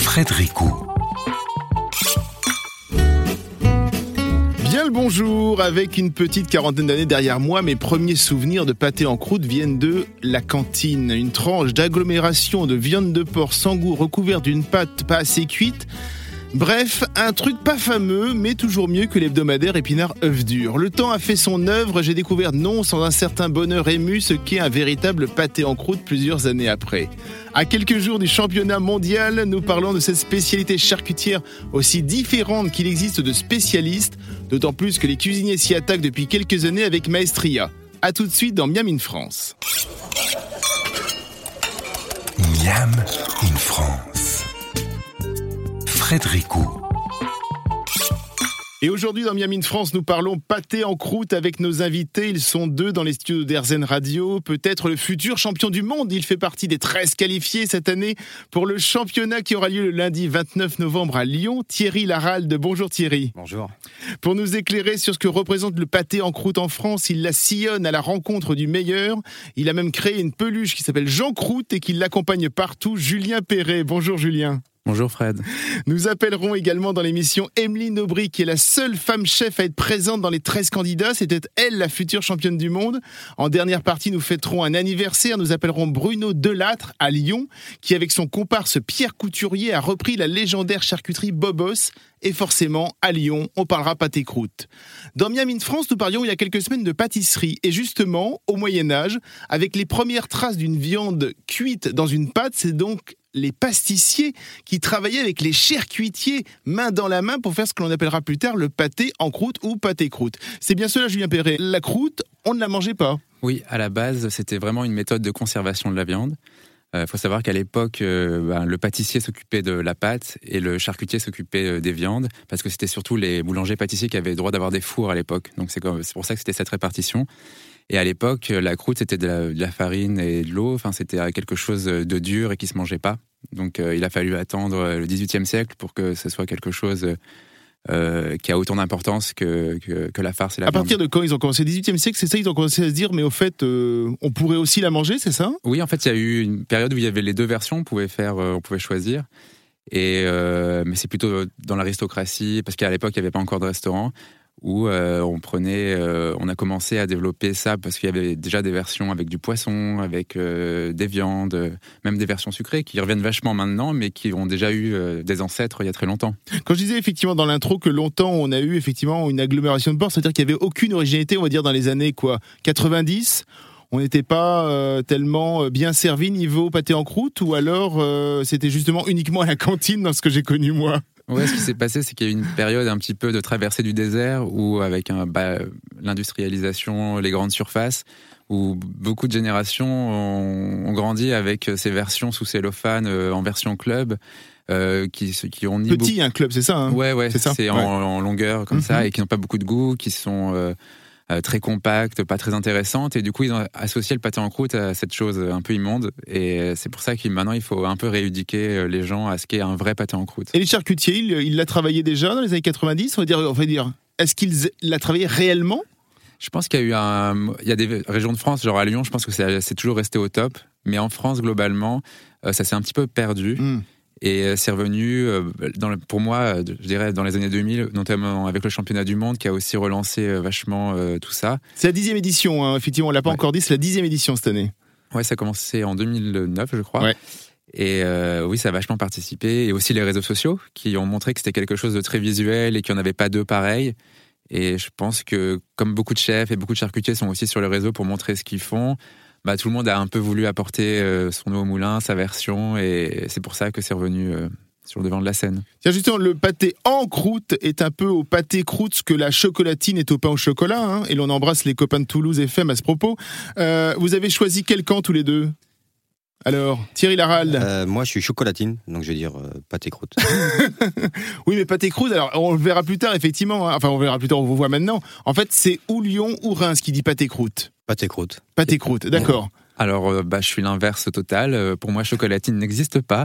Fred Ricou. Bien le bonjour, avec une petite quarantaine d'années derrière moi, mes premiers souvenirs de pâté en croûte viennent de la cantine. Une tranche d'agglomération de viande de porc sans goût recouverte d'une pâte pas assez cuite. Bref, un truc pas fameux, mais toujours mieux que l'hebdomadaire épinard œuf dur. Le temps a fait son œuvre, j'ai découvert non sans un certain bonheur ému ce qu'est un véritable pâté en croûte plusieurs années après. À quelques jours du championnat mondial, nous parlons de cette spécialité charcutière aussi différente qu'il existe de spécialistes, d'autant plus que les cuisiniers s'y attaquent depuis quelques années avec maestria. A tout de suite dans Miam in France. Miam in France. Fred Ricou. Et aujourd'hui dans Miam in France, nous parlons pâté en croûte avec nos invités. Ils sont deux dans les studios d'RZN Radio. Peut-être le futur champion du monde. Il fait partie des 13 qualifiés cette année pour le championnat qui aura lieu le lundi 29 novembre à Lyon. Thierry Laralde. Bonjour Thierry. Bonjour. Pour nous éclairer sur ce que représente le pâté en croûte en France, il la sillonne à la rencontre du meilleur. Il a même créé une peluche qui s'appelle Jean Croûte et qui l'accompagne partout. Julien Perret. Bonjour Julien. Bonjour Fred. Nous appellerons également dans l'émission Emeline Aubry, qui est la seule femme chef à être présente dans les 13 candidats. C'était elle, la future championne du monde. En dernière partie, nous fêterons un anniversaire. Nous appellerons Bruno Delattre à Lyon, qui avec son comparse Pierre Couturier a repris la légendaire charcuterie Bobos. Et forcément, à Lyon, on parlera pâté croûte. Dans Miam in France, nous parlions il y a quelques semaines de pâtisserie. Et justement, au Moyen-Âge, avec les premières traces d'une viande cuite dans une pâte, c'est donc les pastissiers qui travaillaient avec les charcutiers main dans la main pour faire ce que l'on appellera plus tard le pâté en croûte ou pâté croûte. C'est bien cela, Julien Perret. La croûte, on ne la mangeait pas. Oui, à la base, c'était vraiment une méthode de conservation de la viande. Faut savoir qu'à l'époque, le pâtissier s'occupait de la pâte et le charcutier s'occupait des viandes, parce que c'était surtout les boulangers-pâtissiers qui avaient le droit d'avoir des fours à l'époque. Donc c'est pour ça que c'était cette répartition. Et à l'époque, la croûte, c'était de la farine et de l'eau. Enfin, c'était quelque chose de dur et qui se mangeait pas. Donc il a fallu attendre le XVIIIe siècle pour que ce soit quelque chose qui a autant d'importance que la farce et la viande. À partir de quand ils ont commencé? Le XVIIIe siècle, c'est ça? Ils ont commencé à se dire, mais au fait, on pourrait aussi la manger, c'est ça? Oui, en fait, il y a eu une période où il y avait les deux versions, on pouvait choisir. Mais c'est plutôt dans l'aristocratie, parce qu'à l'époque, il n'y avait pas encore de restaurant, où on a commencé à développer ça parce qu'il y avait déjà des versions avec du poisson, avec des viandes, même des versions sucrées qui reviennent vachement maintenant, mais qui ont déjà eu des ancêtres il y a très longtemps. Quand je disais effectivement dans l'intro que longtemps on a eu effectivement une agglomération de porc, c'est-à-dire qu'il n'y avait aucune originalité, on va dire dans les années 90. On n'était pas tellement bien servi niveau pâté en croûte, ou alors c'était justement uniquement à la cantine dans ce que j'ai connu moi? Ouais, ce qui s'est passé, c'est qu'il y a eu une période un petit peu de traversée du désert où, avec l'industrialisation, les grandes surfaces, où beaucoup de générations ont grandi avec ces versions sous cellophane en version club, qui ont ni petit, un club, c'est ça, hein? Ouais, c'est ça. C'est en longueur comme ça, et qui n'ont pas beaucoup de goût, qui sont très compactes, pas très intéressantes, et du coup ils ont associé le pâté en croûte à cette chose un peu immonde, et c'est pour ça que maintenant il faut un peu rééduquer les gens à ce qu'est un vrai pâté en croûte. Et les charcutiers, il l'a travaillé déjà dans les années 90, on va dire, est-ce qu'il l'a travaillé réellement? Je pense qu'il y a il y a des régions de France, genre à Lyon, je pense que c'est toujours resté au top, mais en France globalement, ça s'est un petit peu perdu. Et c'est revenu, pour moi, je dirais, dans les années 2000, notamment avec le championnat du monde, qui a aussi relancé vachement tout ça. C'est la 10e édition, hein. Effectivement, on ne l'a pas encore dit, c'est la 10e édition cette année. Ouais, ça a commencé en 2009, je crois. Ouais. Et oui, ça a vachement participé. Et aussi les réseaux sociaux, qui ont montré que c'était quelque chose de très visuel et qu'il n'y en avait pas deux pareils. Et je pense que, comme beaucoup de chefs et beaucoup de charcutiers sont aussi sur les réseaux pour montrer ce qu'ils font, tout le monde a un peu voulu apporter son eau au moulin, sa version, et c'est pour ça que c'est revenu sur le devant de la scène. Tiens, justement, le pâté en croûte est un peu au pâté croûte ce que la chocolatine est au pain au chocolat, hein, et l'on embrasse les copains de Toulouse FM à ce propos. Vous avez choisi quel camp tous les deux? Alors, Thierry Laralde. Moi, je suis chocolatine, donc je vais dire pâté croûte. Oui, mais pâté croûte, alors on le verra plus tard, effectivement. Hein. Enfin, on verra plus tard, on vous voit maintenant. En fait, c'est ou Lyon ou Reims qui dit pâté croûte. Pâté croûte. Pâté croûte, d'accord. Alors, je suis l'inverse total. Pour moi, chocolatine n'existe pas.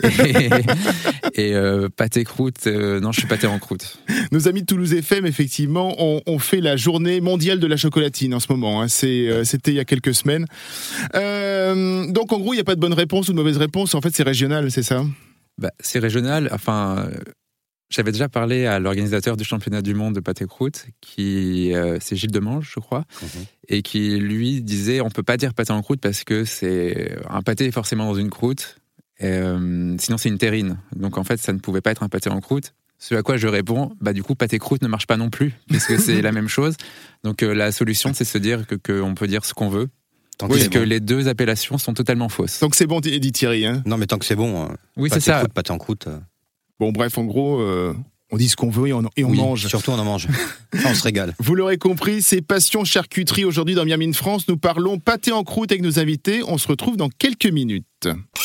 Et pâté croûte, non, je suis pâté en croûte. Nos amis de Toulouse FM, effectivement, ont fait la journée mondiale de la chocolatine en ce moment. Hein. C'était il y a quelques semaines. Donc, en gros, il n'y a pas de bonne réponse ou de mauvaise réponse. En fait, c'est régional, c'est ça ? C'est régional. Enfin, j'avais déjà parlé à l'organisateur du championnat du monde de pâté croûte, c'est Gilles Demange, je crois, et qui lui disait on peut pas dire pâté en croûte parce que c'est un pâté est forcément dans une croûte, sinon c'est une terrine. Donc en fait, ça ne pouvait pas être un pâté en croûte. Ce à quoi je réponds, du coup, pâté croûte ne marche pas non plus, puisque c'est la même chose. Donc la solution, c'est de se dire qu'on peut dire ce qu'on veut. Puisque les deux appellations sont totalement fausses. Donc c'est bon, dit Thierry. Hein. Non, mais tant que c'est bon. Oui, c'est ça. Pâté en croûte. Bon, bref, en gros, on dit ce qu'on veut et on mange. Surtout, on en mange. On se régale. Vous l'aurez compris, c'est Passion Charcuterie. Aujourd'hui, dans Miam in France, nous parlons pâté en croûte avec nos invités. On se retrouve dans quelques minutes.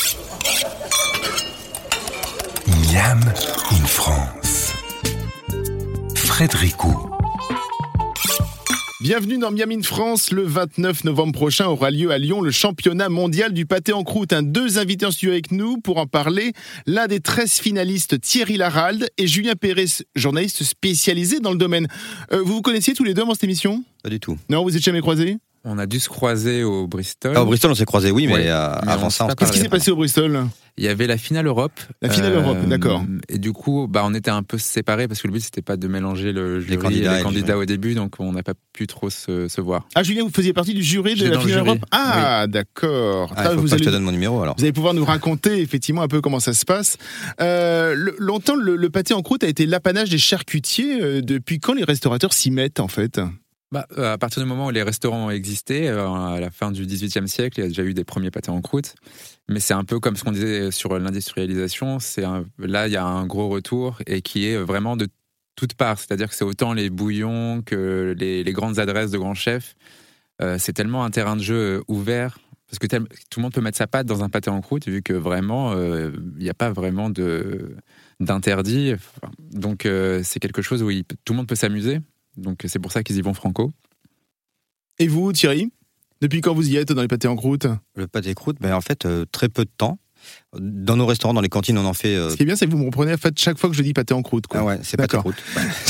Miam in France. Frédéric Cout. Bienvenue dans Miam in France. Le 29 novembre prochain aura lieu à Lyon le championnat mondial du pâté en croûte. Deux invités en studio avec nous pour en parler. L'un des 13 finalistes, Thierry Laralde, et Julien Perret, journaliste spécialisé dans le domaine. Vous vous connaissiez tous les deux avant cette émission ? Pas du tout. Non, vous êtes jamais croisés ? On a dû se croiser au Bristol. Au Bristol, on s'est croisés, oui, mais avant ça, Qu'est-ce qui s'est passé au Bristol ? Il y avait la finale Europe. La finale Europe, d'accord. Et du coup, on était un peu séparés parce que le but, c'était pas de mélanger le jury et les candidats au début, donc on n'a pas pu trop se voir. Ah, Julien, vous faisiez partie du jury de la finale Europe ? Ah, oui. D'accord. Il faut que je te donne mon numéro, alors. Vous allez pouvoir nous raconter, effectivement, un peu comment ça se passe. Longtemps, le pâté en croûte a été l'apanage des charcutiers. Depuis quand les restaurateurs s'y mettent, en fait ? À partir du moment où les restaurants ont existé, à la fin du XVIIIe siècle, il y a déjà eu des premiers pâtés en croûte. Mais c'est un peu comme ce qu'on disait sur l'industrialisation. Là, il y a un gros retour et qui est vraiment de toutes parts. C'est-à-dire que c'est autant les bouillons que les grandes adresses de grands chefs. C'est tellement un terrain de jeu ouvert parce que tout le monde peut mettre sa pâte dans un pâté en croûte vu que vraiment, il n'y a pas vraiment d'interdit. Donc, c'est quelque chose où tout le monde peut s'amuser. Donc c'est pour ça qu'ils y vont franco. Et vous, Thierry ? Depuis quand vous y êtes dans les pâtés en croûte ? Le pâté croûte, en fait, très peu de temps. Dans nos restaurants, dans les cantines, on en fait... Ce qui est bien, c'est que vous me reprenez en fait chaque fois que je dis pâté en croûte. Quoi. Ah ouais, c'est pâté croûte.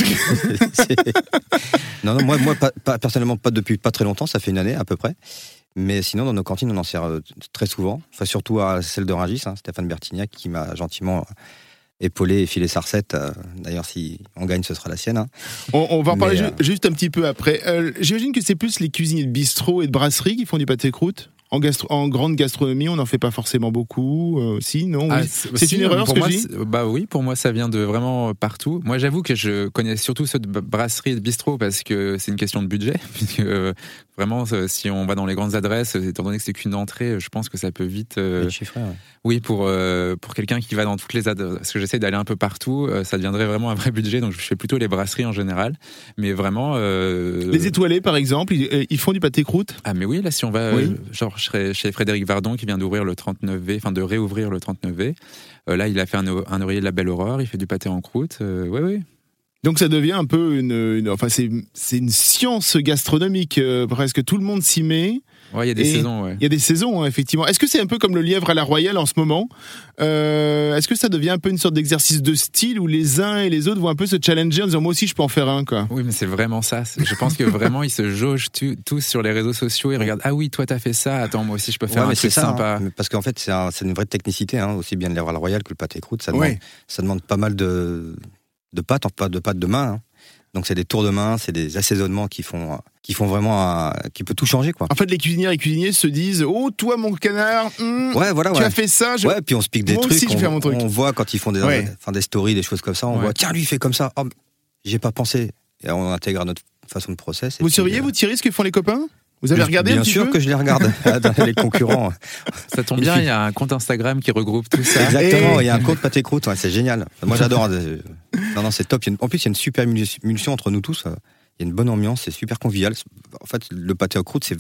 Non, moi personnellement, pas depuis pas très longtemps, ça fait une année à peu près. Mais sinon, dans nos cantines, on en sert très souvent. Enfin, surtout à celle de Rungis, Stéphane Bertignac, qui m'a gentiment... épaulé et filer sa recette. D'ailleurs, si on gagne, ce sera la sienne. On va en parler juste un petit peu après. J'imagine que c'est plus les cuisiniers de bistrot et de brasserie qui font du pâté croûte. En grande gastronomie, on n'en fait pas forcément beaucoup. Si, non, oui. C'est une erreur, ce que je dis ? Oui, pour moi, ça vient de vraiment partout. Moi, j'avoue que je connais surtout ceux de brasserie et de bistrot parce que c'est une question de budget. Puisque vraiment, si on va dans les grandes adresses, étant donné que c'est qu'une entrée, je pense que ça peut vite... chiffré, ouais. Oui, pour quelqu'un qui va dans toutes les adresses, parce que j'essaie d'aller un peu partout, ça deviendrait vraiment un vrai budget, donc je fais plutôt les brasseries en général. Mais vraiment... Les étoilés, par exemple, ils font du pâté croûte ? Ah mais oui, là, si on va... je serais chez Frédéric Vardon qui vient d'ouvrir le 39V, enfin de réouvrir le 39V. Là, il a fait un oreiller de la Belle Aurore, il fait du pâté en croûte. Oui. Donc ça devient un peu c'est une science gastronomique, presque tout le monde s'y met. Ouais, il y a des saisons, ouais. Il y a des saisons, effectivement. Est-ce que c'est un peu comme le lièvre à la royale en ce moment ? Est-ce que ça devient un peu une sorte d'exercice de style où les uns et les autres vont un peu se challenger en disant moi aussi je peux en faire un, quoi ? Oui, mais c'est vraiment ça. Je pense que vraiment ils se jaugent tous sur les réseaux sociaux, ils regardent ah oui, toi t'as fait ça, attends moi aussi je peux faire un truc sympa. Parce qu'en fait c'est une vraie technicité, aussi bien le lièvre à la royale que le pâté croûte. Ça demande pas mal de pâte, de pâte de main. Donc c'est des tours de main, c'est des assaisonnements qui font vraiment qui peut tout changer, quoi. En fait, les cuisinières et cuisiniers se disent oh toi mon canard, tu as fait ça. Ouais, puis on se pique des trucs. Aussi, on voit quand ils font des stories, des choses comme ça, on voit tiens lui il fait comme ça. Oh, j'ai pas pensé. Et on intègre à notre façon de process. Vous surveillez, vous Thierry, ce que font les copains ? Vous avez regardé un petit peu ? Bien sûr que je les regarde, les concurrents. Ça tombe bien, il y a un compte Instagram qui regroupe tout ça. Exactement, il y a un compte pâté croûte, c'est génial. Moi j'adore. Non, c'est top. En plus, il y a une super émulsion entre nous tous. Il y a une bonne ambiance, c'est super convivial. En fait, le pâté aux croûtes, c'est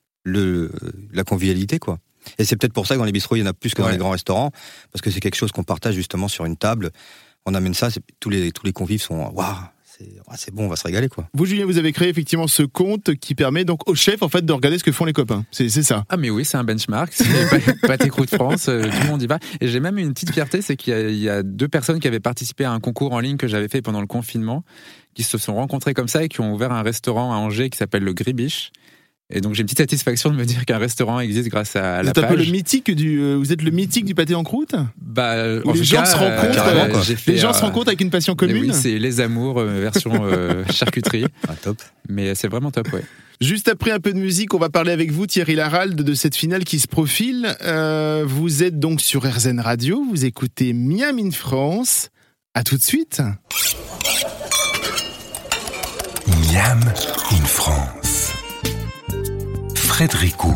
la convivialité, quoi. Et c'est peut-être pour ça que dans les bistrots, il y en a plus que dans les grands restaurants, parce que c'est quelque chose qu'on partage justement sur une table. On amène ça, tous les convives sont waouh. C'est bon, on va se régaler, quoi. Vous, Julien, vous avez créé effectivement ce compte qui permet donc au chef en fait de regarder ce que font les copains. C'est ça. Ah mais oui, c'est un benchmark. C'est Pâté Croûte France, tout le monde y va. Et j'ai même une petite fierté, c'est qu'il y a 2 personnes qui avaient participé à un concours en ligne que j'avais fait pendant le confinement, qui se sont rencontrées comme ça et qui ont ouvert un restaurant à Angers qui s'appelle le Gribiche. Et donc j'ai une petite satisfaction de me dire qu'un restaurant existe grâce à la Vous êtes un peu page. vous êtes le mythique du pâté en croûte. Où les gens se rencontrent, les gens se rencontrent avec une passion commune. Oui, c'est Les Amours version charcuterie. Ah, top. Mais c'est vraiment top, ouais. Juste après un peu de musique, on va parler avec vous, Thierry Laralde, de cette finale qui se profile. Vous êtes donc sur RZN Radio, vous écoutez Miam in France. À tout de suite. Miam in France. Frédéric Hou.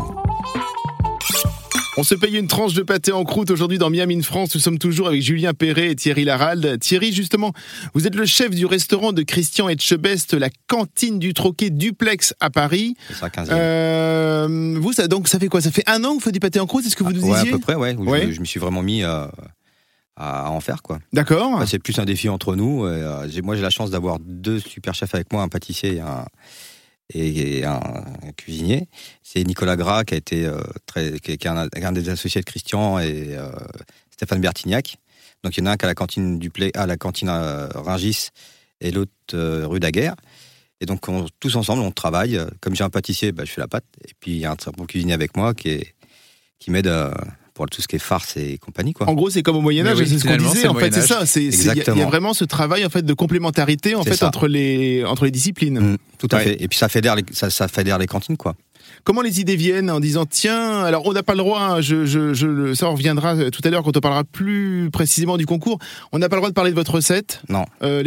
On se paye une tranche de pâté en croûte aujourd'hui dans Miam in France. Nous sommes toujours avec Julien Perret et Thierry Laralde. Thierry, justement, vous êtes le chef du restaurant de Christian Etchebest, la cantine du Troquet Duplex à Paris. C'est ça, 15e. Vous, ça fait quoi? Ça fait 1 an que vous faites du pâté en croûte, c'est ce que vous nous disiez? Ouais, à peu près, ouais. Ouais. Je me suis vraiment mis à en faire, quoi. D'accord. Enfin, c'est plus un défi entre nous. Moi, j'ai la chance d'avoir 2 super chefs avec moi, un pâtissier et un cuisinier. C'est Nicolas Gras qui a été qui est un des associés de Christian et Stéphane Bertignac. Donc il y en a un qui a la cantine à la cantine à Rungis et l'autre rue Daguerre. Et donc tous ensemble on travaille. Comme j'ai un pâtissier, je fais la pâte. Et puis il y a un très bon cuisinier avec moi qui m'aide pour tout ce qui est farce et compagnie, quoi. En gros, c'est comme au Moyen-Âge, c'est ce qu'on disait. En fait, c'est ça. Il y a vraiment ce travail en fait de complémentarité entre les disciplines. Tout à fait. Et puis ça fédère les cantines, quoi. Comment les idées viennent en disant tiens, alors on n'a pas le droit, hein, ça on reviendra tout à l'heure quand on parlera plus précisément du concours. On n'a pas le droit de parler de votre recette. Non. Les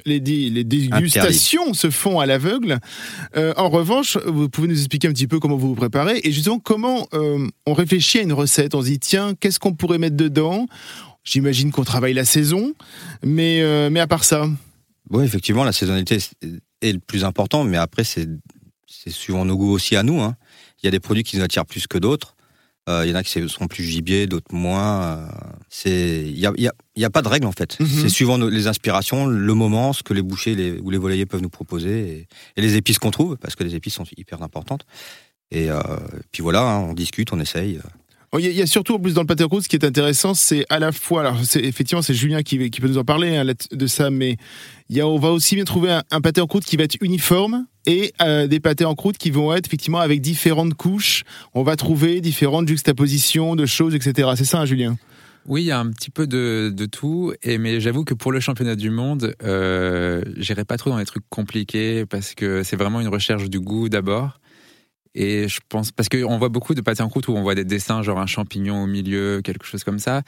dégustations se font à l'aveugle. En revanche, vous pouvez nous expliquer un petit peu comment vous vous préparez et justement comment on réfléchit à une recette. On se dit tiens, qu'est-ce qu'on pourrait mettre dedans? J'imagine qu'on travaille la saison, mais à part ça. Oui, effectivement, la saisonnalité est le plus important, mais après c'est suivant nos goûts aussi à nous, hein. Il y a des produits qui nous attirent plus que d'autres. Il y en a qui seront plus gibier, d'autres moins. Il y a pas de règle en fait. Mm-hmm. C'est suivant les inspirations, le moment, ce que les bouchers ou les volaillers peuvent nous proposer et les épices qu'on trouve, parce que les épices sont hyper importantes. Et puis voilà, hein, on discute, on essaye. Il y a surtout en plus dans le pâté en croûte, ce qui est intéressant, c'est à la fois, alors effectivement c'est Julien qui peut nous en parler hein, de ça, mais on va aussi bien trouver un pâté en croûte qui va être uniforme et des pâtés en croûte qui vont être effectivement avec différentes couches. On va trouver différentes juxtapositions de choses, etc. C'est ça, hein, Julien? Oui, il y a un petit peu de tout, mais j'avoue que pour le championnat du monde, j'irai pas trop dans les trucs compliqués parce que c'est vraiment une recherche du goût d'abord. Et je pense, parce qu'on voit beaucoup de pâtés en croûte où on voit des dessins, genre un champignon au milieu, quelque chose comme ça.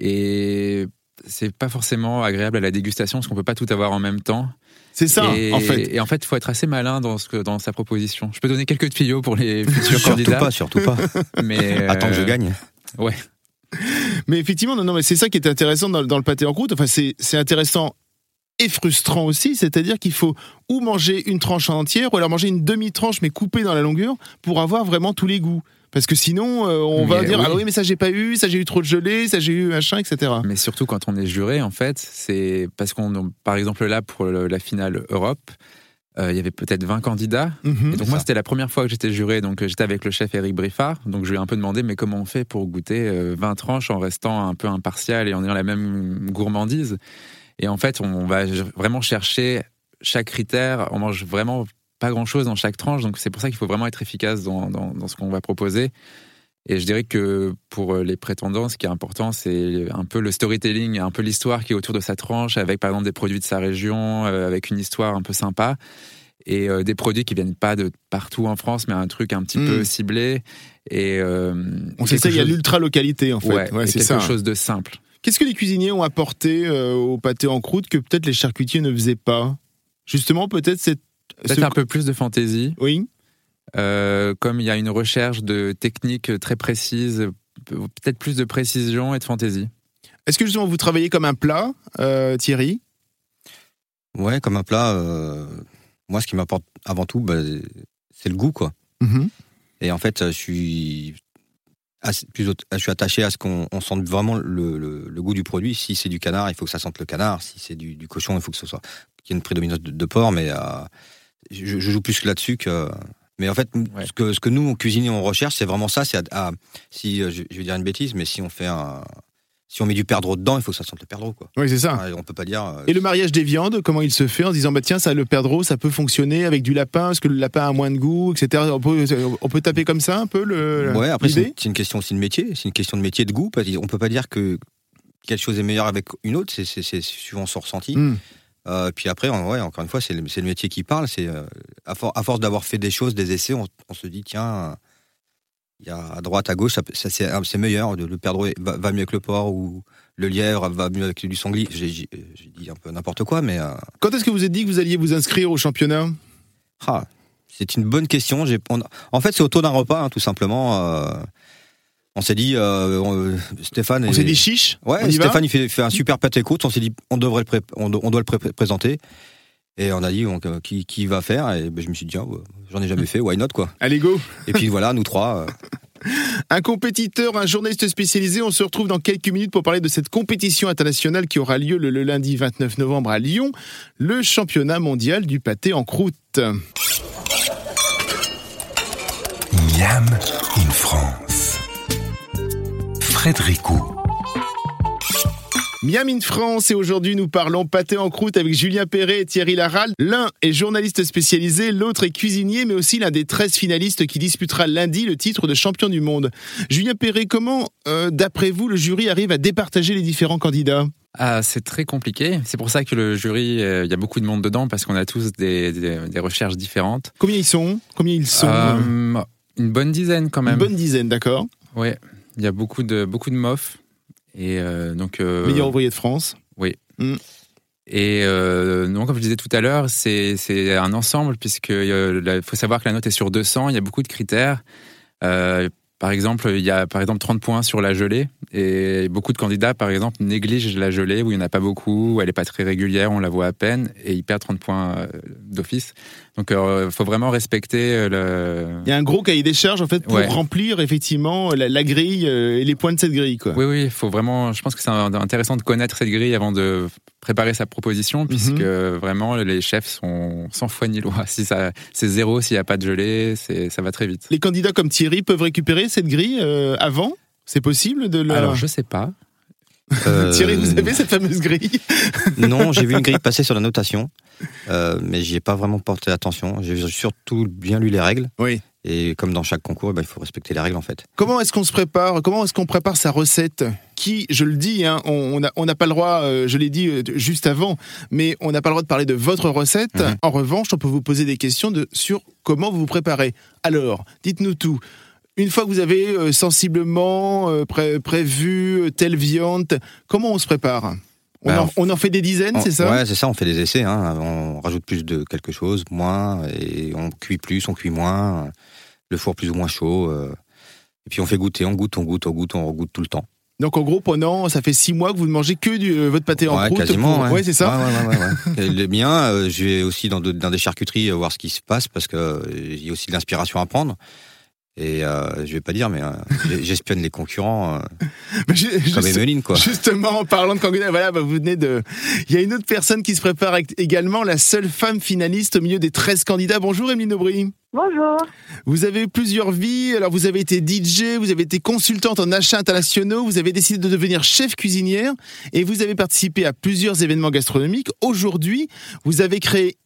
Et c'est pas forcément agréable à la dégustation parce qu'on peut pas tout avoir en même temps. C'est ça, en fait. Et en fait, il faut être assez malin dans sa proposition. Je peux donner quelques tuyaux pour les futurs candidats. Surtout pas. Mais attends que je gagne. Ouais. Mais effectivement, non, mais c'est ça qui est intéressant dans le pâté en croûte. Enfin, c'est intéressant et frustrant aussi, c'est-à-dire qu'il faut ou manger une tranche en entière ou alors manger une demi-tranche mais coupée dans la longueur pour avoir vraiment tous les goûts. Parce que sinon, on va dire ah oui mais ça j'ai pas eu, ça j'ai eu trop de gelée, ça j'ai eu machin, etc. Mais surtout quand on est juré, en fait, c'est parce par exemple là pour la finale Europe, il y avait peut-être 20 candidats. Et donc moi c'était la première fois que j'étais juré, donc j'étais avec le chef Éric Briffard, donc je lui ai un peu demandé mais comment on fait pour goûter 20 tranches en restant un peu impartial et en ayant la même gourmandise. Et en fait, on va vraiment chercher chaque critère. On mange vraiment pas grand-chose dans chaque tranche. Donc, c'est pour ça qu'il faut vraiment être efficace dans ce qu'on va proposer. Et je dirais que pour les prétendants, ce qui est important, c'est un peu le storytelling, un peu l'histoire qui est autour de sa tranche, avec par exemple des produits de sa région, avec une histoire un peu sympa. Et des produits qui viennent pas de partout en France, mais un truc un petit peu ciblé. Et on sait ça, il y a l'ultra-localité, en fait. Ouais, c'est quelque chose de simple. Qu'est-ce que les cuisiniers ont apporté au pâté en croûte que peut-être les charcutiers ne faisaient pas? Justement, peut-être un peu plus de fantaisie. Oui. Comme il y a une recherche de techniques très précises, peut-être plus de précision et de fantaisie. Est-ce que justement vous travaillez comme un plat, Thierry? Ouais, comme un plat. Moi, ce qui m'apporte avant tout, c'est le goût, quoi. Mm-hmm. Et en fait, je suis attaché à ce qu'on sente vraiment le goût du produit. Si c'est du canard, il faut que ça sente le canard. Si c'est du cochon, il faut que ce soit qu'il y ait une prédominance de porc. Mais je joue plus là-dessus que. Mais en fait, ce que nous, cuisiniers, on recherche, c'est vraiment ça. C'est si je vais dire une bêtise, mais si on fait si on met du perdreau dedans, il faut que ça sente le perdreau, quoi. Oui, c'est ça. On peut pas dire. Et le mariage des viandes, comment il se fait en se disant, tiens, ça, le perdreau, ça peut fonctionner avec du lapin, parce que le lapin a moins de goût, etc. On peut taper comme ça un peu Ouais, après, l'idée. c'est une question aussi de métier. C'est une question de métier, de goût. Parce qu'on peut pas dire que quelque chose est meilleur avec une autre. C'est suivant son ressenti. Puis après, encore une fois, c'est le métier qui parle. C'est à force d'avoir fait des choses, des essais, on se dit, tiens, il y a à droite, à gauche, c'est meilleur. Le perdreau va mieux avec le porc, ou le lièvre va mieux avec du sanglier. J'ai dit un peu n'importe quoi, mais... Quand est-ce que vous vous êtes dit que vous alliez vous inscrire au championnat ? C'est une bonne question. En fait, c'est autour d'un repas, hein, tout simplement. On s'est dit, Stéphane... On s'est dit chiche. Ouais, Stéphane, il fait un super pâté croûte. On s'est dit, on doit le présenter. Et on a dit, qui va faire ? Et je me suis dit, j'en ai jamais fait, why not, quoi. Allez, go. Et puis voilà, nous trois... Un compétiteur, un journaliste spécialisé, on se retrouve dans quelques minutes pour parler de cette compétition internationale qui aura lieu le lundi 29 novembre à Lyon, le championnat mondial du pâté en croûte. Miam in France. Frédéricou. Miam in France, et aujourd'hui nous parlons pâté en croûte avec Julien Perret et Thierry Laral. L'un est journaliste spécialisé, l'autre est cuisinier, mais aussi l'un des 13 finalistes qui disputera lundi le titre de champion du monde. Julien Perret, comment, d'après vous, le jury arrive à départager les différents candidats ? C'est très compliqué. C'est pour ça que le jury, il y a beaucoup de monde dedans, parce qu'on a tous des recherches différentes. Combien ils sont ? Une bonne dizaine quand même. Une bonne dizaine, d'accord. Oui, il y a beaucoup de mofs. Et donc meilleur ouvrier de France. Oui. Et donc, comme je disais tout à l'heure, c'est un ensemble, puisqu'il faut savoir que la note est sur 200. Il y a beaucoup de critères. Par exemple, il y a 30 points sur la gelée, et beaucoup de candidats, par exemple, négligent la gelée, où il n'y en a pas beaucoup, où elle n'est pas très régulière, on la voit à peine, et ils perdent 30 points d'office. Donc, il faut vraiment respecter Il y a un gros cahier des charges, en fait, pour remplir, effectivement, la grille et les points de cette grille, quoi. Oui, il faut vraiment... Je pense que c'est intéressant de connaître cette grille avant de préparer sa proposition, puisque vraiment, les chefs sont sans foi ni loi. Si c'est zéro, s'il n'y a pas de gelée, ça va très vite. Les candidats comme Thierry peuvent récupérer cette grille avant ? C'est possible de la... Alors, je sais pas. Thierry, vous avez cette fameuse grille ? Non, j'ai vu une grille passer sur la notation, mais j'y ai pas vraiment porté attention. J'ai surtout bien lu les règles. Oui. Et comme dans chaque concours, il faut respecter les règles, en fait. Comment est-ce qu'on se prépare ? Comment est-ce qu'on prépare sa recette ? Qui, je le dis, hein, on n'a pas le droit, je l'ai dit juste avant, mais on n'a pas le droit de parler de votre recette. En revanche, on peut vous poser des questions sur comment vous vous préparez. Alors, dites-nous tout. Une fois que vous avez sensiblement prévu telle viande, comment on se prépare ? On en fait des dizaines, c'est ça ? Ouais, c'est ça, on fait des essais. Hein. On rajoute plus de quelque chose, moins, et on cuit plus, on cuit moins, le four plus ou moins chaud. Et puis on fait goûter, on goûte, on regoute tout le temps. Donc en gros, ça fait 6 mois que vous ne mangez que votre pâté en croûte. Quasiment, ouais, c'est ça. Ouais. Le mien, je vais aussi dans des charcuteries voir ce qui se passe, parce qu'il y a aussi de l'inspiration à prendre. Et je vais pas dire, mais j'espionne les concurrents comme Emeline, quoi. Justement, en parlant de candidats, voilà, vous venez de... Il y a une autre personne qui se prépare également, la seule femme finaliste au milieu des 13 candidats. Bonjour Emeline Aubry. Bonjour. Vous avez eu plusieurs vies. Alors, vous avez été DJ, vous avez été consultante en achats internationaux, vous avez décidé de devenir chef cuisinière et vous avez participé à plusieurs événements gastronomiques. Aujourd'hui, vous avez créé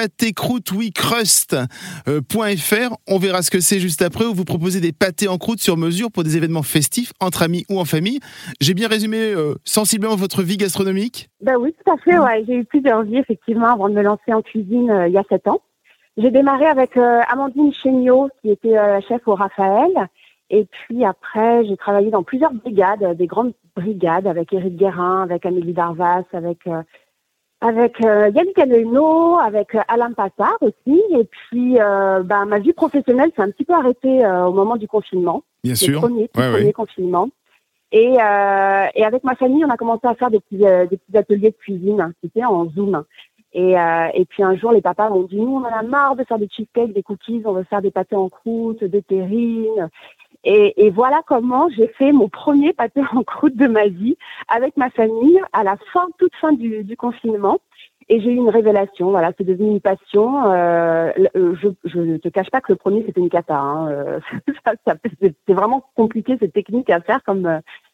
inpâtécroûte.fr. On verra ce que c'est juste après, où vous proposez des pâtés en croûte sur mesure pour des événements festifs, entre amis ou en famille. J'ai bien résumé sensiblement votre vie gastronomique ? Ben oui, tout à fait. Ouais. J'ai eu plusieurs vies, effectivement, avant de me lancer en cuisine il y a 7 ans. J'ai démarré avec Amandine Chéniaud, qui était chef au Raphaël. Et puis après, j'ai travaillé dans plusieurs brigades, des grandes brigades, avec Éric Guérin, avec Amélie Darvas, avec Yannick Aleno, avec Alain Passard aussi. Et puis, ma vie professionnelle s'est un petit peu arrêtée au moment du confinement. Bien sûr. Le premier confinement. Et avec ma famille, on a commencé à faire des petits ateliers de cuisine. C'était en Zoom. Et puis un jour, les papas m'ont dit, nous, on en a marre de faire des cheesecakes, des cookies, on veut faire des pâtés en croûte, des terrines. Et voilà comment j'ai fait mon premier pâté en croûte de ma vie avec ma famille à la toute fin du confinement. Et j'ai eu une révélation, voilà, c'est devenu une passion. Je ne te cache pas que le premier, c'était une cata. Hein. C'est vraiment compliqué, cette technique à faire, comme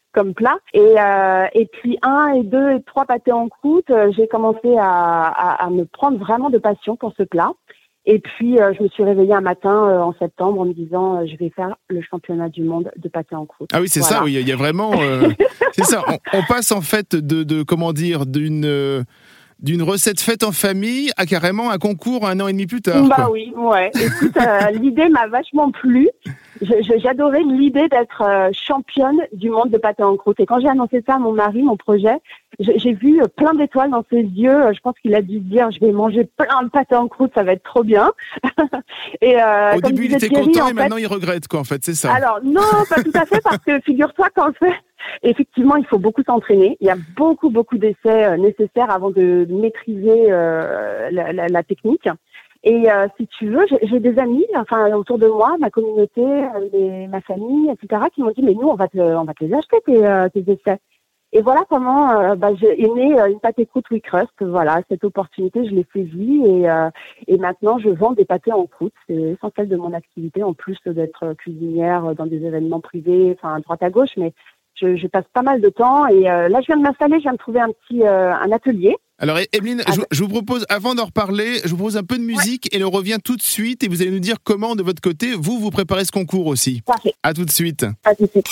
comme plat. Et puis 1 et 2 et 3 pâtés en croûte, j'ai commencé à me prendre vraiment de passion pour ce plat. Et puis, je me suis réveillée un matin en septembre en me disant je vais faire le championnat du monde de pâté en croûte. Ah oui, c'est ça, oui, il y a vraiment... c'est ça, on passe en fait comment dire, d'une recette faite en famille à carrément un concours 1 an et demi plus tard. Bah oui, ouais. Écoute, l'idée m'a vachement plu. J'adorais l'idée d'être championne du monde de pâté en croûte. Et quand j'ai annoncé ça à mon mari, mon projet, j'ai vu plein d'étoiles dans ses yeux. Je pense qu'il a dû se dire, je vais manger plein de pâté en croûte, ça va être trop bien. Et au début, il était content et maintenant, il regrette, quoi, en fait, c'est ça. Alors, non, pas tout à fait, parce que figure-toi qu'en fait, effectivement, il faut beaucoup s'entraîner. Il y a beaucoup d'essais nécessaires avant de maîtriser la technique. Et si tu veux, j'ai des amis, enfin autour de moi, ma communauté, ma famille, etc., qui m'ont dit mais nous on va te les acheter tes essais. Et voilà comment est née une pâté croûte We Crust. Voilà, cette opportunité je l'ai saisie et maintenant je vends des pâtés en croûte. C'est essentiel de mon activité en plus d'être cuisinière dans des événements privés, enfin à droite à gauche, mais je passe pas mal de temps et là je viens de m'installer, je viens de trouver un atelier. Alors Emeline, je vous propose, avant d'en reparler, je vous propose un peu de musique et on revient tout de suite et vous allez nous dire comment de votre côté, vous préparez ce concours aussi. Parfait. À tout de suite. À tout de suite.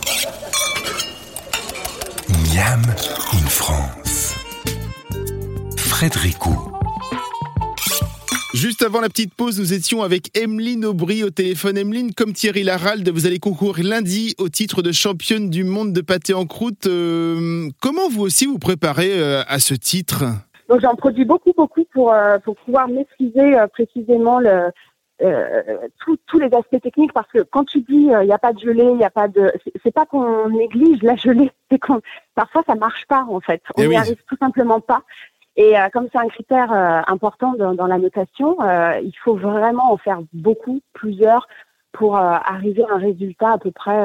Miam in France. Frédéricou. Juste avant la petite pause, nous étions avec Emeline Aubry au téléphone. Emeline, comme Thierry Laralde, vous allez concourir lundi au titre de championne du monde de pâté en croûte. Comment vous aussi vous préparez à ce titre ? Donc j'en produis beaucoup pour pouvoir maîtriser précisément tous les aspects techniques, parce que quand tu dis il n'y a pas de gelée, il y a pas de, c'est pas qu'on néglige la gelée, c'est qu'on parfois ça marche pas en fait, on n'y arrive tout simplement pas. Et comme c'est un critère important dans la notation, il faut vraiment en faire plusieurs, pour arriver à un résultat à peu près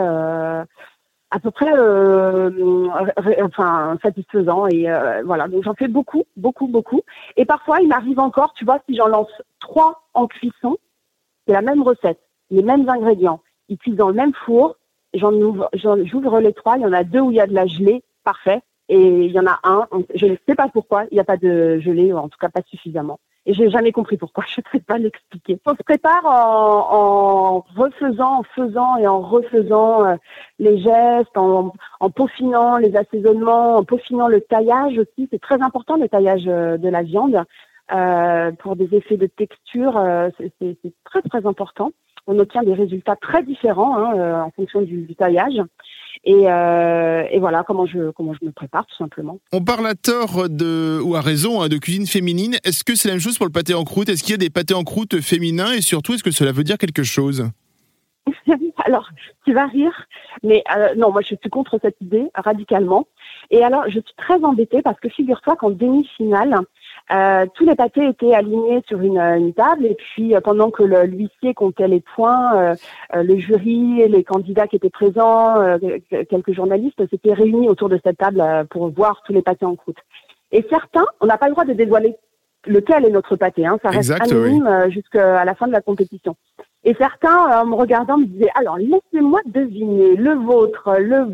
satisfaisant. Et voilà, donc j'en fais beaucoup. Et parfois, il m'arrive encore, tu vois, si j'en lance 3 en cuisson, c'est la même recette, les mêmes ingrédients. Ils cuisent dans le même four, j'ouvre les 3, il y en a 2 où il y a de la gelée, parfait. Et il y en a un, je ne sais pas pourquoi, il n'y a pas de gelée, ou en tout cas pas suffisamment. Et j'ai jamais compris pourquoi, je ne sais pas l'expliquer. On se prépare en faisant et en refaisant les gestes, en peaufinant les assaisonnements, en peaufinant le taillage aussi. C'est très important le taillage de la viande pour des effets de texture, c'est très très important. On obtient des résultats très différents en fonction du taillage. Et voilà comment je me prépare tout simplement. On parle à tort ou à raison de cuisine féminine. Est-ce que c'est la même chose pour le pâté en croûte ? Est-ce qu'il y a des pâtés en croûte féminins et surtout est-ce que cela veut dire quelque chose ? Alors, tu vas rire, mais non, moi je suis contre cette idée radicalement. Et alors, je suis très embêtée parce que figure-toi qu'en demi-finale, tous les pâtés étaient alignés sur une table et puis pendant que l'huissier comptait les points, le jury, les candidats qui étaient présents, quelques journalistes s'étaient réunis autour de cette table pour voir tous les pâtés en croûte. Et certains, on n'a pas le droit de dévoiler lequel est notre pâté, ça reste anonyme jusqu'à la fin de la compétition. Et certains, en me regardant, me disaient « Alors, laissez-moi deviner le vôtre. »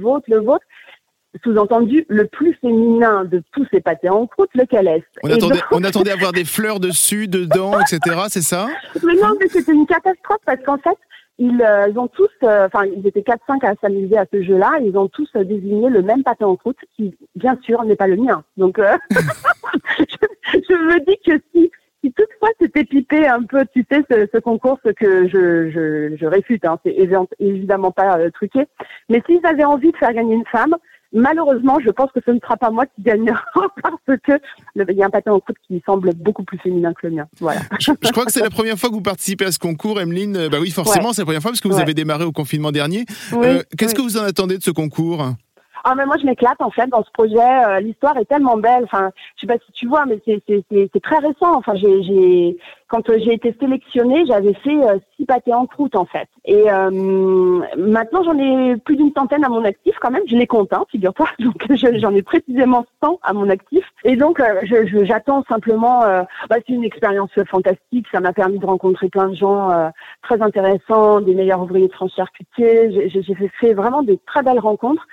Sous-entendu, le plus féminin de tous ces pâtés en croûte, lequel est-ce ? On attendait à voir des fleurs dessus, dedans, etc., c'est ça ? Mais non, mais c'était une catastrophe parce qu'en fait, ils ont tous, ils étaient 4-5 à s'amuser à ce jeu-là, ils ont tous désigné le même pâté en croûte qui, bien sûr, n'est pas le mien. Donc, je me dis que si toutefois c'était pipé un peu, tu sais, ce concours, ce que je réfute, c'est évidemment pas truqué, mais s'ils avaient envie de faire gagner une femme, malheureusement, je pense que ce ne sera pas moi qui gagnera parce que il y a un pâté en croûte qui semble beaucoup plus féminin que le mien. Voilà. Je crois que c'est la première fois que vous participez à ce concours, Emeline. Bah oui, forcément, c'est la première fois parce que vous avez démarré au confinement dernier. Qu'est-ce que vous en attendez de ce concours ? Ah, mais moi, je m'éclate, en fait, dans ce projet. L'histoire est tellement belle. Enfin, je sais pas si tu vois, mais c'est très récent. Enfin, quand j'ai été sélectionnée, j'avais fait 6 pâtés en croûte, en fait. Et maintenant, j'en ai plus d'une centaine à mon actif, quand même. Je les compte, figure-toi. Donc, j'en ai précisément 100 à mon actif. Et donc, j'attends simplement... c'est une expérience fantastique. Ça m'a permis de rencontrer plein de gens très intéressants, des meilleurs ouvriers de France charcutier. J'ai fait vraiment des très belles rencontres.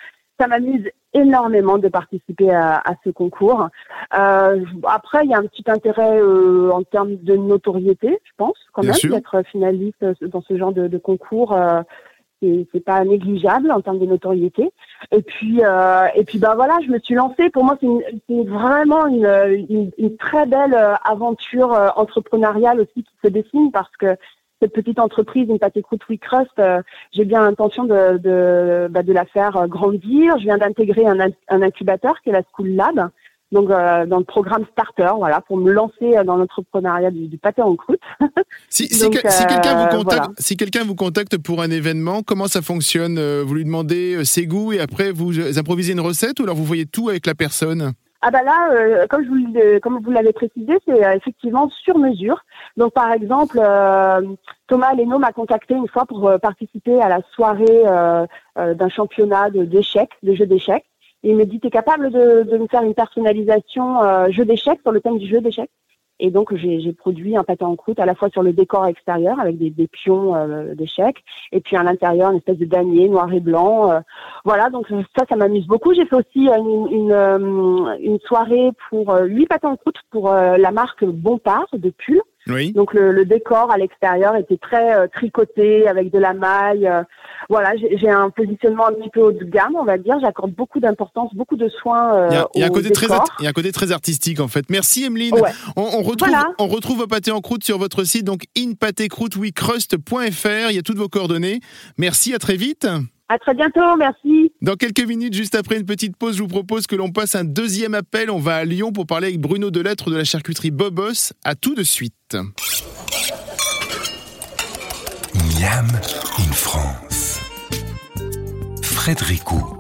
ça m'amuse énormément de participer à ce concours. Après, il y a un petit intérêt en termes de notoriété, je pense, quand même, d'être finaliste dans ce genre de concours. C'est pas négligeable en termes de notoriété. Et puis bah voilà, je me suis lancée. Pour moi, c'est vraiment une très belle aventure entrepreneuriale aussi qui se dessine, parce que cette petite entreprise, une pâté croûte We Crust, j'ai bien l'intention de la faire grandir. Je viens d'intégrer un incubateur qui est la School Lab. Donc, dans le programme Starter, voilà, pour me lancer dans l'entrepreneuriat du pâté en croûte. Si quelqu'un vous contacte pour un événement, comment ça fonctionne? Vous lui demandez ses goûts et après vous improvisez une recette, ou alors vous voyez tout avec la personne? Ah bah là, comme vous l'avez précisé, c'est effectivement sur mesure. Donc par exemple, Thomas Leno m'a contacté une fois pour participer à la soirée d'un championnat de jeux d'échecs. Et il me dit, t'es capable de me faire une personnalisation jeu d'échecs, sur le thème du jeu d'échecs? Et donc, j'ai produit un pâté en croûte à la fois sur le décor extérieur avec des pions d'échecs, et puis à l'intérieur, une espèce de damier noir et blanc. Voilà, donc ça m'amuse beaucoup. J'ai fait aussi une soirée pour 8 pâtés en croûte pour la marque Bompard de pull. Oui. Donc le décor à l'extérieur était très tricoté avec de la maille. Voilà, j'ai un positionnement un petit peu haut de gamme, on va dire. J'accorde beaucoup d'importance, beaucoup de soins il y a un côté décor. Il y a un côté très artistique en fait. Merci Emeline. Ouais. On retrouve vos pâtés en croûte sur votre site, donc inpâtécroûtewecrust.fr. Il y a toutes vos coordonnées. Merci, à très vite. À très bientôt, merci. Dans quelques minutes, juste après une petite pause, je vous propose que l'on passe un deuxième appel. On va à Lyon pour parler avec Bruno Delattre de la charcuterie Bobos. À tout de suite. Miam in France. Frédéric Houx.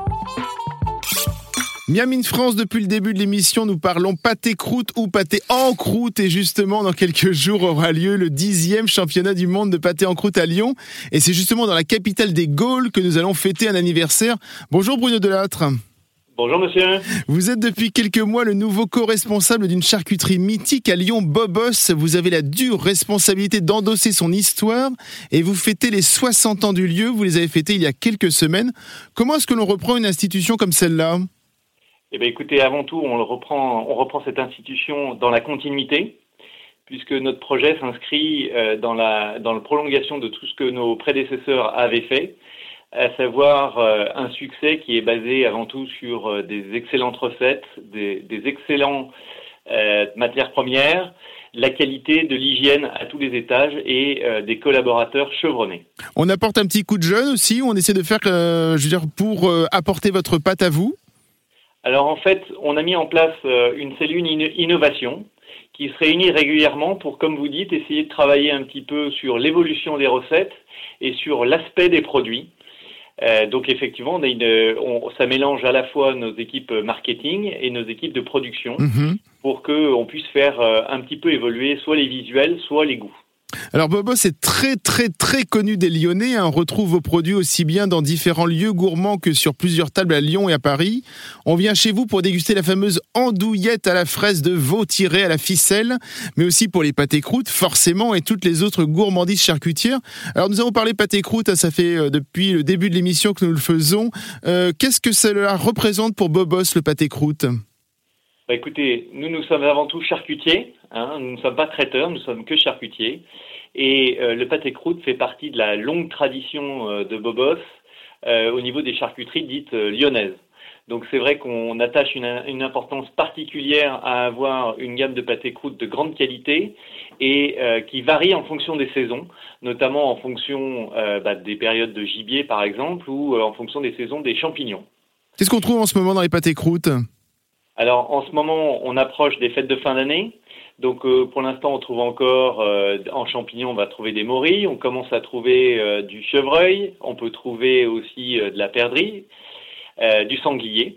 Miam in France, depuis le début de l'émission, nous parlons pâté croûte ou pâté en croûte. Et justement, dans quelques jours aura lieu le 10e championnat du monde de pâté en croûte à Lyon. Et c'est justement dans la capitale des Gaules que nous allons fêter un anniversaire. Bonjour Bruno Delattre. Bonjour monsieur. Vous êtes depuis quelques mois le nouveau co-responsable d'une charcuterie mythique à Lyon, Bobos. Vous avez la dure responsabilité d'endosser son histoire et vous fêtez les 60 ans du lieu. Vous les avez fêtés il y a quelques semaines. Comment est-ce que l'on reprend une institution comme celle-là ? Eh bien, écoutez, avant tout, on reprend cette institution dans la continuité, puisque notre projet s'inscrit dans la prolongation de tout ce que nos prédécesseurs avaient fait, à savoir un succès qui est basé avant tout sur des excellentes recettes, des excellentes matières premières, la qualité de l'hygiène à tous les étages et des collaborateurs chevronnés. On apporte un petit coup de jeune aussi, on essaie de faire, pour apporter votre pâte à vous. Alors en fait, on a mis en place une cellule innovation qui se réunit régulièrement pour, comme vous dites, essayer de travailler un petit peu sur l'évolution des recettes et sur l'aspect des produits. Donc effectivement, ça mélange à la fois nos équipes marketing et nos équipes de production pour qu'on puisse faire un petit peu évoluer soit les visuels, soit les goûts. Alors Bobos est très très très connu des Lyonnais. On retrouve vos produits aussi bien dans différents lieux gourmands que sur plusieurs tables à Lyon et à Paris. On vient chez vous pour déguster la fameuse andouillette à la fraise de veau tirée à la ficelle, mais aussi pour les pâtés croûtes forcément et toutes les autres gourmandises charcutières. Alors nous avons parlé pâtés croûtes, ça fait depuis le début de l'émission que nous le faisons. Qu'est-ce que cela représente pour Bobos, le pâté croûte ? Bah écoutez, nous sommes avant tout charcutiers, nous ne sommes pas traiteurs, nous sommes que charcutiers. Et le pâté croûte fait partie de la longue tradition de Bobos au niveau des charcuteries dites lyonnaises. Donc c'est vrai qu'on attache une importance particulière à avoir une gamme de pâté croûte de grande qualité et qui varie en fonction des saisons, notamment en fonction des périodes de gibier par exemple ou en fonction des saisons des champignons. Qu'est-ce qu'on trouve en ce moment dans les pâtés croûtes ? Alors en ce moment, on approche des fêtes de fin d'année. Donc pour l'instant, on trouve encore en champignons, on va trouver des morilles. On commence à trouver du chevreuil. On peut trouver aussi de la perdrix, du sanglier.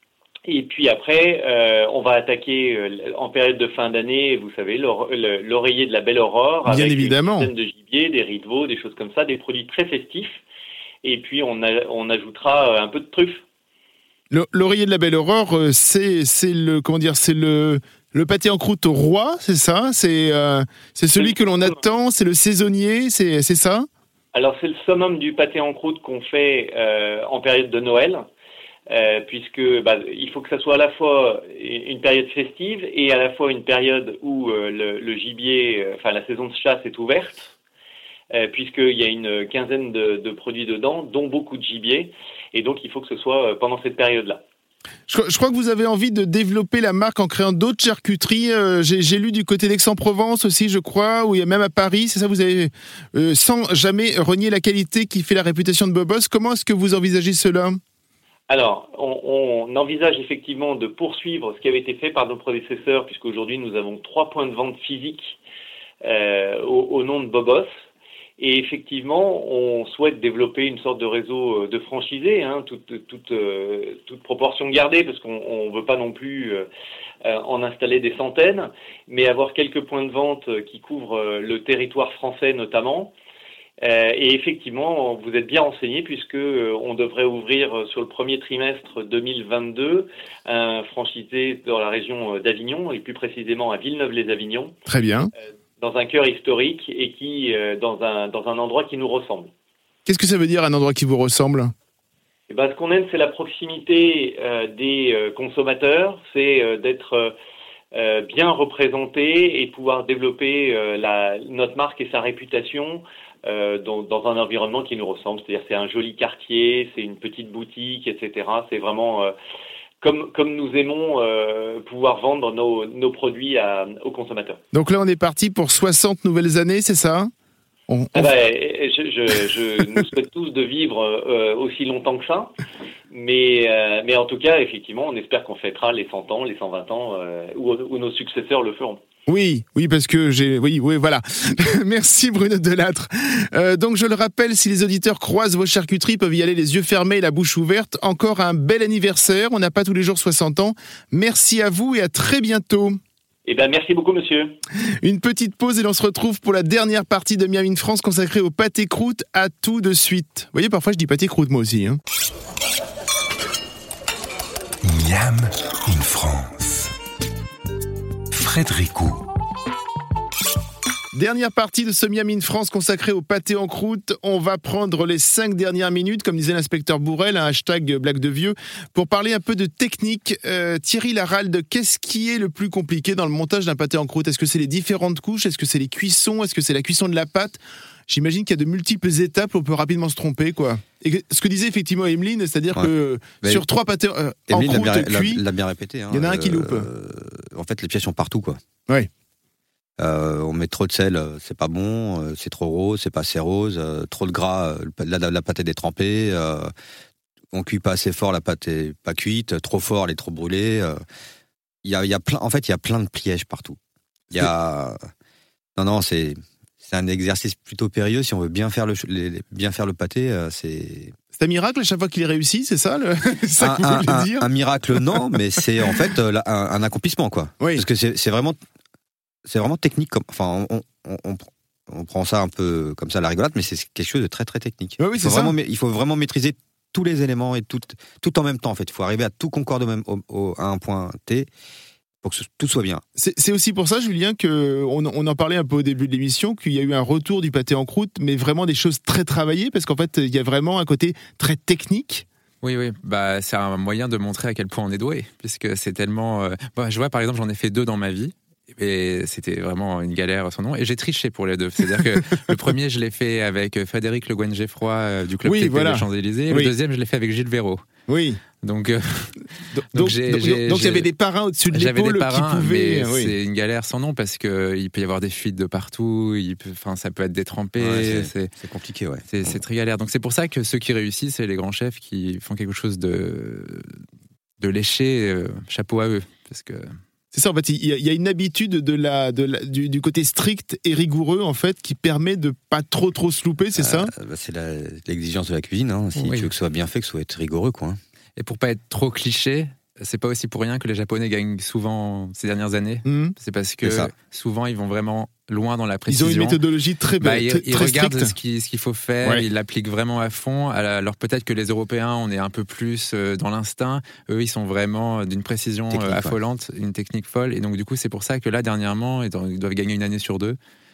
Et puis après, on va attaquer en période de fin d'année, vous savez, l'oreiller de la belle aurore. Bien avec évidemment. Une dizaine de gibier, des riz de veau, des choses comme ça, des produits très festifs. Et puis on ajoutera un peu de truffe. L'oreiller de la belle aurore, c'est le pâté en croûte roi, c'est ça ? C'est celui que l'on attend, c'est le saisonnier, c'est ça ? Alors c'est le summum du pâté en croûte qu'on fait en période de Noël. puisque il faut que ça soit à la fois une période festive et à la fois une période où le gibier, la saison de chasse est ouverte, puisqu'il y a une quinzaine de produits dedans, dont beaucoup de gibier, et donc il faut que ce soit pendant cette période-là. Je crois que vous avez envie de développer la marque en créant d'autres charcuteries. J'ai lu du côté d'Aix-en-Provence aussi, je crois, ou même à Paris. C'est ça, vous avez, sans jamais renier la qualité qui fait la réputation de Bobos. Comment est-ce que vous envisagez cela ? Alors, on envisage effectivement de poursuivre ce qui avait été fait par nos prédécesseurs, puisqu'aujourd'hui nous avons 3 points de vente physiques au nom de Bobos. Et effectivement, on souhaite développer une sorte de réseau de franchisés, toute proportion gardée, parce qu'on veut pas non plus en installer des centaines, mais avoir quelques points de vente qui couvrent le territoire français notamment. Et effectivement, vous êtes bien renseigné, puisque on devrait ouvrir sur le premier trimestre 2022 un franchisé dans la région d'Avignon, et plus précisément à Villeneuve-les-Avignon. Très bien. Dans un cœur historique et qui dans un endroit qui nous ressemble. Qu'est-ce que ça veut dire, un endroit qui vous ressemble ? Ce qu'on aime, c'est la proximité des consommateurs, c'est d'être bien représenté et pouvoir développer notre marque et sa réputation dans un environnement qui nous ressemble. C'est-à-dire c'est un joli quartier, c'est une petite boutique, etc. C'est vraiment comme nous aimons pouvoir vendre nos produits aux consommateurs. Donc là, on est parti pour 60 nouvelles années, c'est ça ? Je nous souhaite tous de vivre aussi longtemps que ça. Mais en tout cas, effectivement, on espère qu'on fêtera les 100 ans, les 120 ans, où nos successeurs le feront. Oui, parce que oui, voilà. Merci Bruno Delattre. Donc je le rappelle, si les auditeurs croisent vos charcuteries, peuvent y aller les yeux fermés et la bouche ouverte. Encore un bel anniversaire. On n'a pas tous les jours 60 ans. Merci à vous et à très bientôt. Merci beaucoup, monsieur. Une petite pause et l'on se retrouve pour la dernière partie de Miam in France consacrée au pâté croûte. À tout de suite. Vous voyez, parfois je dis pâté croûte moi aussi. Miam in France. Frédéricou. Dernière partie de ce Miam in France consacrée au pâté en croûte. On va prendre les 5 dernières minutes, comme disait l'inspecteur Bourrel, un hashtag blague de vieux, pour parler un peu de technique. Thierry Laralde, qu'est-ce qui est le plus compliqué dans le montage d'un pâté en croûte ? Est-ce que c'est les différentes couches ? Est-ce que c'est les cuissons ? Est-ce que c'est la cuisson de la pâte ? J'imagine qu'il y a de multiples étapes où on peut rapidement se tromper, quoi. Et ce que disait effectivement Emeline, c'est-à-dire que sur 3 pâtés en croûte cuits, l'a bien répété. Il y en a un qui loupe. En fait, les pièges sont partout, quoi. Oui. On met trop de sel, c'est pas bon. C'est trop rose, c'est pas assez rose. Trop de gras, la pâte est détrempée. On cuit pas assez fort, la pâte est pas cuite. Trop fort, elle est trop brûlée. Il y a plein. En fait, il y a plein de pièges partout. C'est un exercice plutôt périlleux si on veut bien faire le pâté. C'est un miracle à chaque fois qu'il est réussi, c'est ça ça que vous voulez dire ? Un miracle, non, mais c'est en fait un accomplissement, quoi. Oui. Parce que c'est vraiment technique. On prend ça un peu comme ça à la rigolade, mais c'est quelque chose de très très technique. Oui, il faut vraiment maîtriser tous les éléments et tout en même temps. En fait, il faut arriver à tout concordre à un point T. Pour que tout soit bien. C'est aussi pour ça, Julien, qu'on en parlait un peu au début de l'émission, qu'il y a eu un retour du pâté en croûte, mais vraiment des choses très travaillées, parce qu'en fait, il y a vraiment un côté très technique. Oui, c'est un moyen de montrer à quel point on est doué, puisque c'est tellement... je vois, par exemple, j'en ai fait 2 dans ma vie, et c'était vraiment une galère sans nom, et j'ai triché pour les 2. C'est-à-dire que le premier, je l'ai fait avec Frédéric Le Guen-Geffroy du Club Technique des Champs-Élysées, et le deuxième, je l'ai fait avec Gilles Véraud. Oui. Donc il y avait des parrains au-dessus de l'épaule qui pouvaient... C'est une galère sans nom parce qu'il peut y avoir des fuites de partout, ça peut être détrempé. Ouais, c'est compliqué, ouais. C'est très galère. Donc c'est pour ça que ceux qui réussissent, c'est les grands chefs qui font quelque chose de léché, chapeau à eux. Parce que... C'est ça, en fait, il y a une habitude du côté strict et rigoureux, en fait, qui permet de pas trop se louper, c'est ça ? C'est l'exigence de la cuisine, hein. Si tu veux que ce soit bien fait, que ce soit rigoureux, quoi. Et pour pas être trop cliché, c'est pas aussi pour rien que les Japonais gagnent souvent ces dernières années. C'est parce que souvent ils vont vraiment loin dans la précision. Ils ont une méthodologie très ils regardent stricte. ce qu'il faut faire, ils l'appliquent vraiment à fond. Alors peut-être que les Européens, on est un peu plus dans l'instinct. Eux, ils sont vraiment d'une précision affolante, une technique folle. Et donc du coup, c'est pour ça que là, dernièrement, ils doivent gagner une année sur 2.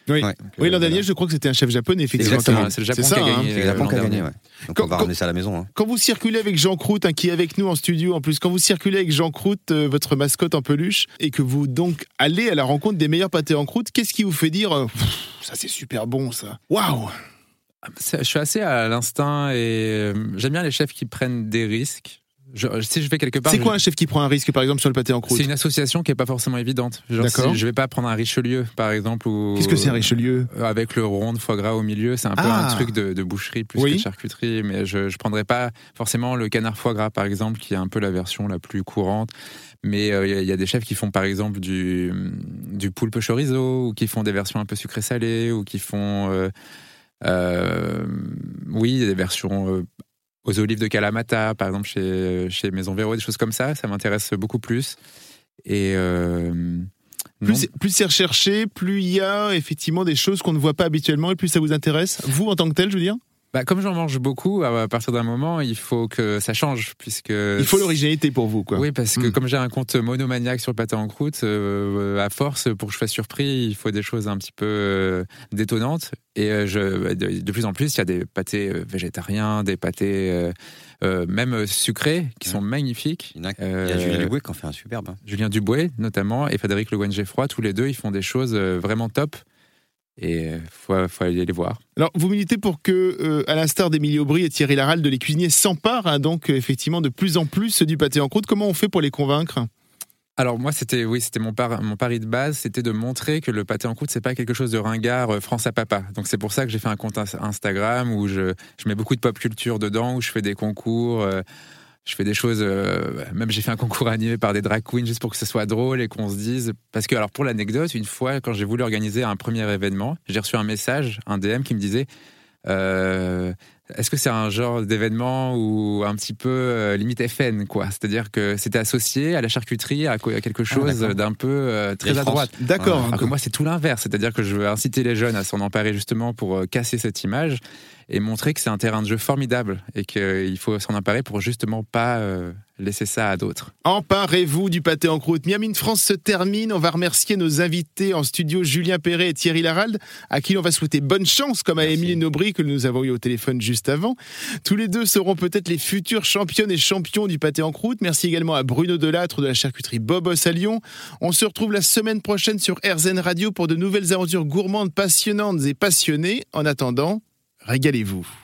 Oui, Ouais. oui l'an dernier, voilà. je crois que c'était un chef japonais, effectivement. Exactement. C'est le Japon C'est qui ça, a hein. gagné. C'est le Japon l'an qui a gagné, dernier. ouais. Donc Quand- on va ramener ça à la maison. Hein. Quand vous circulez avec Jean Croûte, qui est avec nous en studio en plus, quand vous circulez avec Jean Croûte, votre mascotte en peluche, et que vous donc allez à la rencontre des meilleurs pâtés en croûte, qu'est-ce qui vous fait dire ça c'est super bon ça. Waouh. Je suis assez à l'instinct et j'aime bien les chefs qui prennent des risques. Si je vais quelque part, C'est quoi un chef qui prend un risque par exemple sur le pâté en croûte? c'est une association qui est pas forcément évidente. Genre, D'accord. si je vais pas prendre un Richelieu, par exemple, ou Qu'est-ce que c'est un Richelieu? avec le rond de foie gras au milieu, c'est un peu Ah. un truc de boucherie plus Oui. que de charcuterie. Mais je prendrais pas forcément le canard foie gras, par exemple, qui est un peu la version la plus courante. Mais il y a des chefs qui font par exemple du poulpe chorizo, ou qui font des versions un peu sucrées-salées, ou qui font des versions aux olives de Kalamata, par exemple chez Maison Véro, des choses comme ça m'intéresse beaucoup plus. Et Plus c'est recherché, plus il y a effectivement des choses qu'on ne voit pas habituellement et plus ça vous intéresse, vous en tant que tel, je veux dire? comme j'en mange beaucoup, à partir d'un moment, il faut que ça change, puisque Il faut l'originalité pour vous, quoi. Oui, parce que comme j'ai un compte monomaniaque sur le pâté en croûte, à force, pour que je sois surpris, il faut des choses un petit peu détonnantes. Et de plus en plus, il y a des pâtés végétariens, des pâtés même sucrés, qui sont magnifiques. Il y a Julien Dubois qui en fait un superbe. Hein. Julien Dubois, notamment, et Frédéric Le Guen-Geffroy, tous les deux, ils font des choses vraiment top. Et faut aller les voir. Alors, vous militez pour que, à l'instar d'Émilie Aubry et Thierry Laralde, les cuisiniers s'emparent donc effectivement de plus en plus du pâté en croûte. Comment on fait pour les convaincre? Alors moi, c'était mon pari de base, c'était de montrer que le pâté en croûte, c'est pas quelque chose de ringard France à papa. Donc c'est pour ça que j'ai fait un compte Instagram où je mets beaucoup de pop culture dedans, où je fais des concours. Je fais des choses, même j'ai fait un concours animé par des drag queens juste pour que ce soit drôle et qu'on se dise... Parce que, alors pour l'anecdote, une fois, quand j'ai voulu organiser un premier événement, j'ai reçu un message, un DM qui me disait est-ce que c'est un genre d'événement ou un petit peu limite FN, quoi? C'est-à-dire que c'était associé à la charcuterie, à quelque chose d'un peu très à droite. D'accord. Alors que moi, c'est tout l'inverse. C'est-à-dire que je veux inciter les jeunes à s'en emparer justement pour casser cette image et montrer que c'est un terrain de jeu formidable et qu'il faut s'en emparer pour justement pas laisser ça à d'autres. Emparez-vous du pâté en croûte. Miam in France se termine. On va remercier nos invités en studio, Julien Perret et Thierry Laralde, à qui l'on va souhaiter bonne chance, comme à Émilie Aubry que nous avons eu au téléphone juste avant. Tous les deux seront peut-être les futurs championnes et champions du pâté en croûte. Merci également à Bruno Delattre de la charcuterie Bobos à Lyon. On se retrouve la semaine prochaine sur RZN Radio pour de nouvelles aventures gourmandes, passionnantes et passionnées. En attendant, régalez-vous.